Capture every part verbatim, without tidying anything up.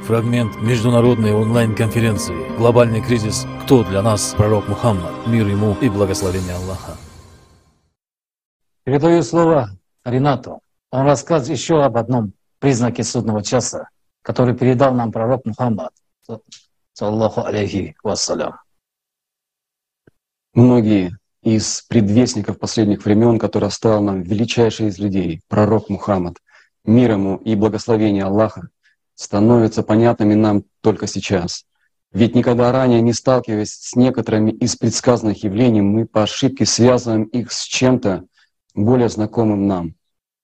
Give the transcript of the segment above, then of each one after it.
Фрагмент международной онлайн-конференции «Глобальный кризис. Кто для нас пророк Мухаммад? Мир ему и благословение Аллаха». Передаю слово Ринату. Он расскажет еще об одном признаке судного часа, который передал нам пророк Мухаммад, саллаллаху алейхи вассалям. Многие из предвестников последних времен, которые оставил нам величайший из людей, пророк Мухаммад, мир ему и благословение Аллаха, становятся понятными нам только сейчас. Ведь никогда ранее не сталкиваясь с некоторыми из предсказанных явлений, мы по ошибке связываем их с чем-то более знакомым нам.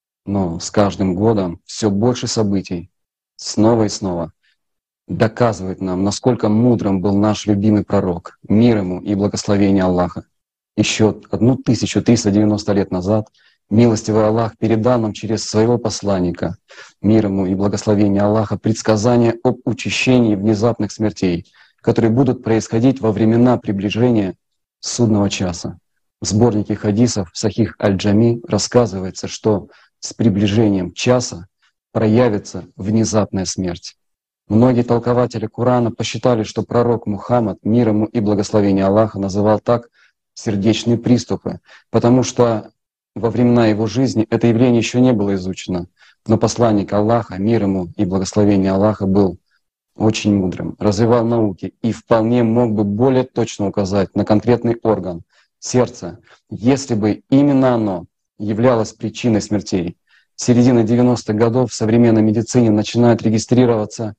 Но с каждым годом все больше событий снова и снова доказывает нам, насколько мудрым был наш любимый пророк, мир ему и благословение Аллаха. Еще тысячу триста девяносто лет назад милостивый Аллах передал нам через своего посланника, мир ему и благословение Аллаха, предсказания об учащении внезапных смертей, которые будут происходить во времена приближения судного часа. В сборнике хадисов Сахих Аль-Джами рассказывается, что с приближением часа проявится внезапная смерть. Многие толкователи Корана посчитали, что пророк Мухаммад, мир ему и благословение Аллаха, называл так сердечные приступы, потому что во времена его жизни это явление еще не было изучено. Но посланник Аллаха, мир ему и благословение Аллаха, был очень мудрым, развивал науки и вполне мог бы более точно указать на конкретный орган — сердце, если бы именно оно являлось причиной смертей. С середины девяностых годов в современной медицине начинают регистрироваться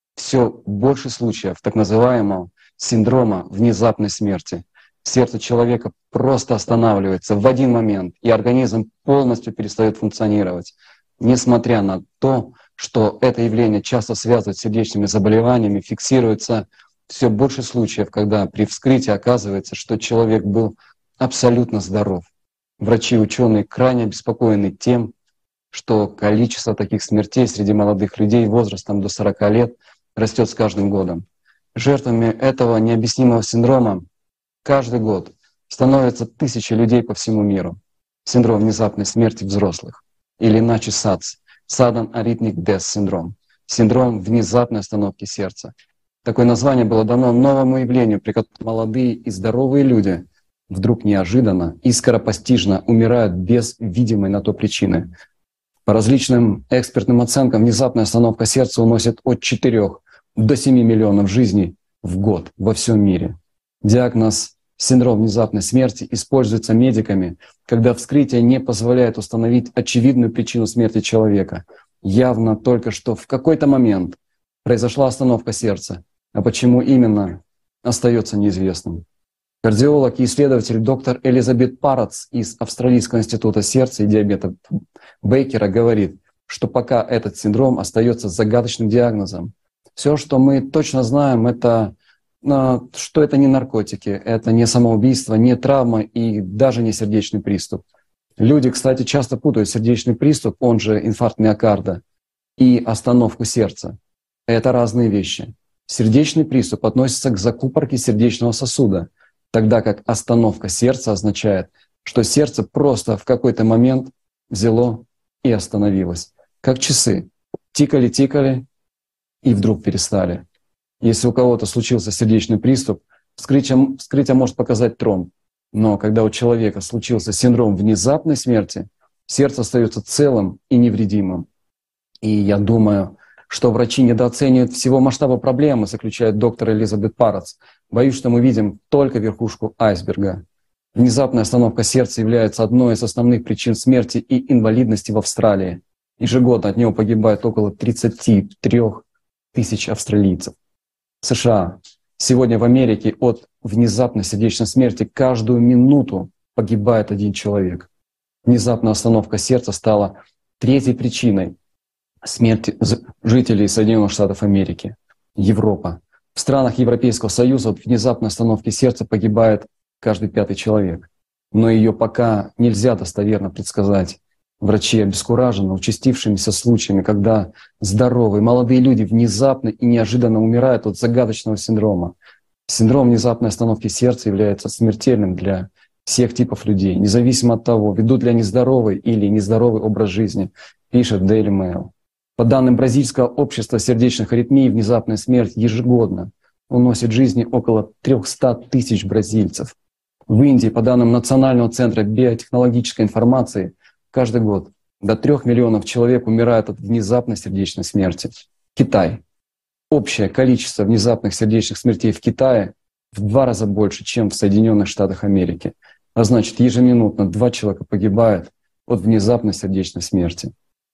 все больше случаев так называемого синдрома внезапной смерти. Сердце человека просто останавливается в один момент, и организм полностью перестает функционировать. Несмотря на то, что это явление часто связывают с сердечными заболеваниями, фиксируется все больше случаев, когда при вскрытии оказывается, что человек был абсолютно здоров. Врачи и ученые крайне обеспокоены тем, что количество таких смертей среди молодых людей возрастом до сорока лет растет с каждым годом. Жертвами этого необъяснимого синдрома каждый год становятся тысячи людей по всему миру. Синдром внезапной смерти взрослых, или иначе САДС, Sudden Arrhythmic Death Syndrome, синдром внезапной остановки сердца. Такое название было дано новому явлению, при котором молодые и здоровые люди вдруг неожиданно и скоропостижно умирают без видимой на то причины. По различным экспертным оценкам, внезапная остановка сердца уносит от четырёх до семи миллионов жизней в год во всем мире. Диагноз синдром внезапной смерти используется медиками, когда вскрытие не позволяет установить очевидную причину смерти человека. Явно только что в какой-то момент произошла остановка сердца, а почему именно, остается неизвестным. Кардиолог и исследователь доктор Элизабет Парроттс из Австралийского института сердца и диабета Бейкера говорит, что пока этот синдром остается загадочным диагнозом. Все, что мы точно знаем, это что это не наркотики, это не самоубийство, не травма и даже не сердечный приступ. Люди, кстати, часто путают сердечный приступ, он же инфаркт миокарда, и остановку сердца. Это разные вещи. Сердечный приступ относится к закупорке сердечного сосуда, тогда как остановка сердца означает, что сердце просто в какой-то момент взяло и остановилось. Как часы. Тикали-тикали и вдруг перестали. Если у кого-то случился сердечный приступ, вскрытие, вскрытие может показать тромб. Но когда у человека случился синдром внезапной смерти, сердце остается целым и невредимым. И я думаю, что врачи недооценивают всего масштаба проблемы, заключает доктор Элизабет Парроттс. Боюсь, что мы видим только верхушку айсберга. Внезапная остановка сердца является одной из основных причин смерти и инвалидности в Австралии. Ежегодно от него погибает около тридцати трёх тысяч австралийцев. В США сегодня в Америке от внезапной сердечной смерти каждую минуту погибает один человек. Внезапная остановка сердца стала третьей причиной смерти жителей Соединенных Штатов Америки. Европа. В странах Европейского Союза от внезапной остановки сердца погибает каждый пятый человек. Но ее пока нельзя достоверно предсказать. Врачи обескуражены участившимися случаями, когда здоровые молодые люди внезапно и неожиданно умирают от загадочного синдрома. Синдром внезапной остановки сердца является смертельным для всех типов людей, независимо от того, ведут ли они здоровый или нездоровый образ жизни, пишет Daily Mail. По данным Бразильского общества сердечных аритмий, внезапная смерть ежегодно уносит жизни около трёхсот тысяч бразильцев. В Индии, по данным Национального центра биотехнологической информации, каждый год до трех миллионов человек умирают от внезапной сердечной смерти. Китай. Общее количество внезапных сердечных смертей в Китае в два раза больше, чем в Соединенных Штатах Америки. А значит, ежеминутно два человека погибают от внезапной сердечной смерти.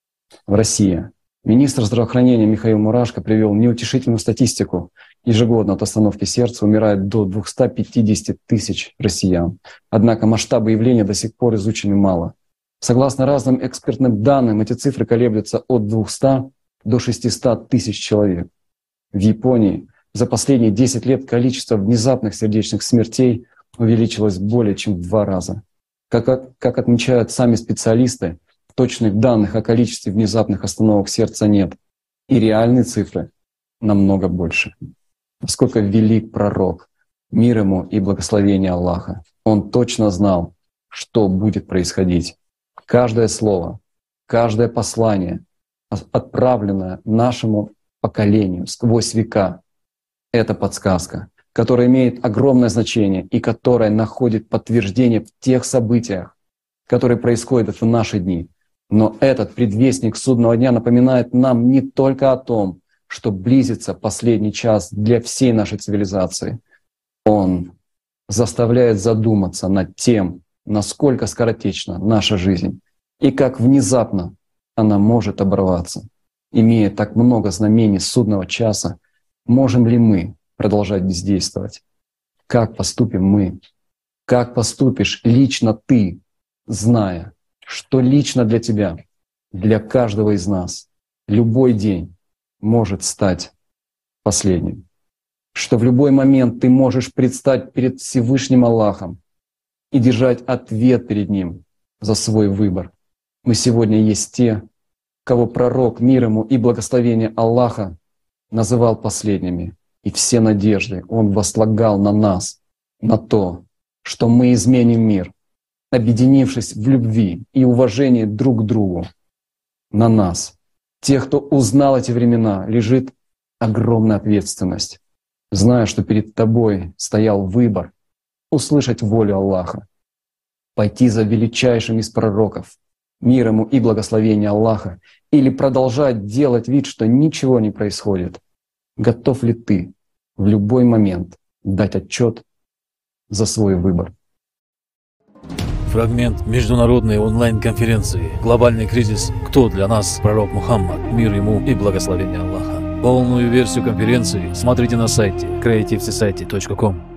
В России. Министр здравоохранения Михаил Мурашко привел неутешительную статистику. Ежегодно от остановки сердца умирает до двухсот пятидесяти тысяч россиян. Однако масштабы явления до сих пор изучены мало. Согласно разным экспертным данным, эти цифры колеблются от двухсот до шестисот тысяч человек. В Японии за последние десять лет количество внезапных сердечных смертей увеличилось более чем в два раза. Как, как отмечают сами специалисты, точных данных о количестве внезапных остановок сердца нет. И реальные цифры намного больше. Насколько велик пророк, мир ему и благословение Аллаха. Он точно знал, что будет происходить. Каждое слово, каждое послание, отправленное нашему поколению сквозь века, это подсказка, которая имеет огромное значение и которая находит подтверждение в тех событиях, которые происходят в наши дни. Но этот предвестник судного дня напоминает нам не только о том, что близится последний час для всей нашей цивилизации. Он заставляет задуматься над тем, насколько скоротечна наша жизнь и как внезапно она может оборваться. Имея так много знамений судного часа, можем ли мы продолжать бездействовать? Как поступим мы? Как поступишь лично ты, зная, что лично для тебя, для каждого из нас, любой день может стать последним? Что в любой момент ты можешь предстать перед Всевышним Аллахом и держать ответ перед Ним за свой выбор. Мы сегодня есть те, кого пророк, мир ему и благословение Аллаха, называл последними. И все надежды Он возлагал на нас, на то, что мы изменим мир, объединившись в любви и уважении друг к другу. На нас, тех, кто узнал эти времена, лежит огромная ответственность, зная, что перед тобой стоял выбор услышать волю Аллаха, пойти за величайшим из пророков, мир ему и благословение Аллаха, или продолжать делать вид, что ничего не происходит. Готов ли ты в любой момент дать отчет за свой выбор? Фрагмент международной онлайн-конференции «Глобальный кризис. Кто для нас пророк Мухаммад? Мир ему и благословение Аллаха». Полную версию конференции смотрите на сайте креатив сосайти точка ком.